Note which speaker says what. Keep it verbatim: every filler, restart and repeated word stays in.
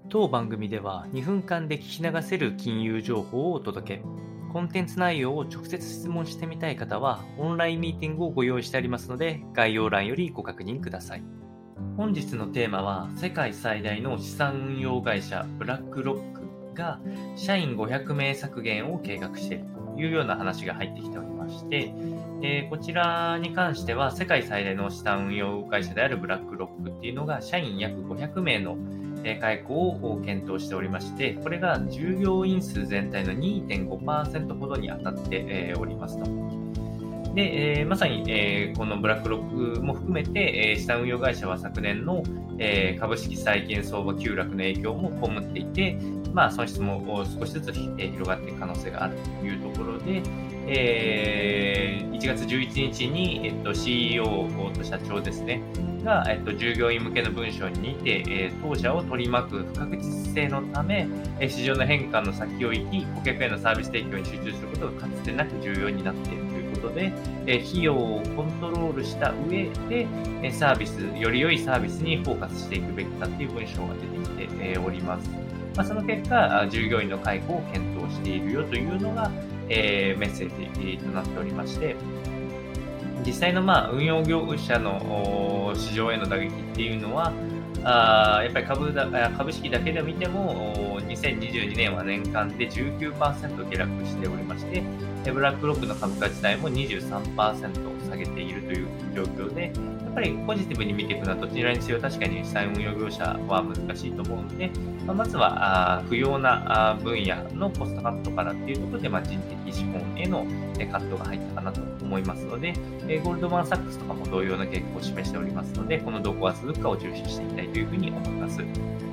Speaker 1: 当番組ではにふんかんで聞き流せる金融情報をお届け。コンテンツ内容を直接質問してみたい方はオンラインミーティングをご用意してありますので、概要欄よりご確認ください。本日のテーマは、世界最大の資産運用会社ブラックロックが社員ごひゃくめい削減を計画しているというような話が入ってきておりまして、えーこちらに関しては世界最大の資産運用会社であるブラックロックっていうのが社員約ごひゃくめいのえー解雇を検討しておりまして、これが従業員数全体の にてんごパーセント ほどに当たってえーおりますと。で、えーまさに、えーこのブラックロックも含めて、えー資産運用会社は昨年の、えー株式債券相場急落の影響も被っていて、まあ、損失も少しずつ、えー広がっていく可能性があるというところで、えーいちがつじゅういちにちに、えっと、シーイーオー と社長ですね、が、えっと、従業員向けの文章にて、えー当社を取り巻く不確実性のため、えー市場の変化の先を行き、顧客へのサービス提供に集中することがかつてなく重要になっているということで、えー費用をコントロールした上で、えーサービス、より良いサービスにフォーカスしていくべきだという文章が出てきて、えーおります。まあ、その結果、あ従業員の解雇を検討しているよというのが、えーメッセージえーとなっておりまして、実際のまあ運用業者のお市場への打撃っていうのは、あーやっぱり株だあ株式だけで見ても、おにせんにじゅうにねんは年間でじゅうきゅうパーセント下落しておりまして、えブラックロックの株価自体もにじゅうさんパーセント下げているという状況で、やっぱりポジティブに見ていくのはどちらにせよ確かに資産運用業者は難しいと思うので、まあ、まずはあー不要なあー分野のコストカットからっていうところで、まあ、人的資本へのえカットが入ったかなと思いますので、えーゴールドマンサックスとかも同様な傾向を示しておりますので、このどこが続くかを重視していきたいというふうに思います。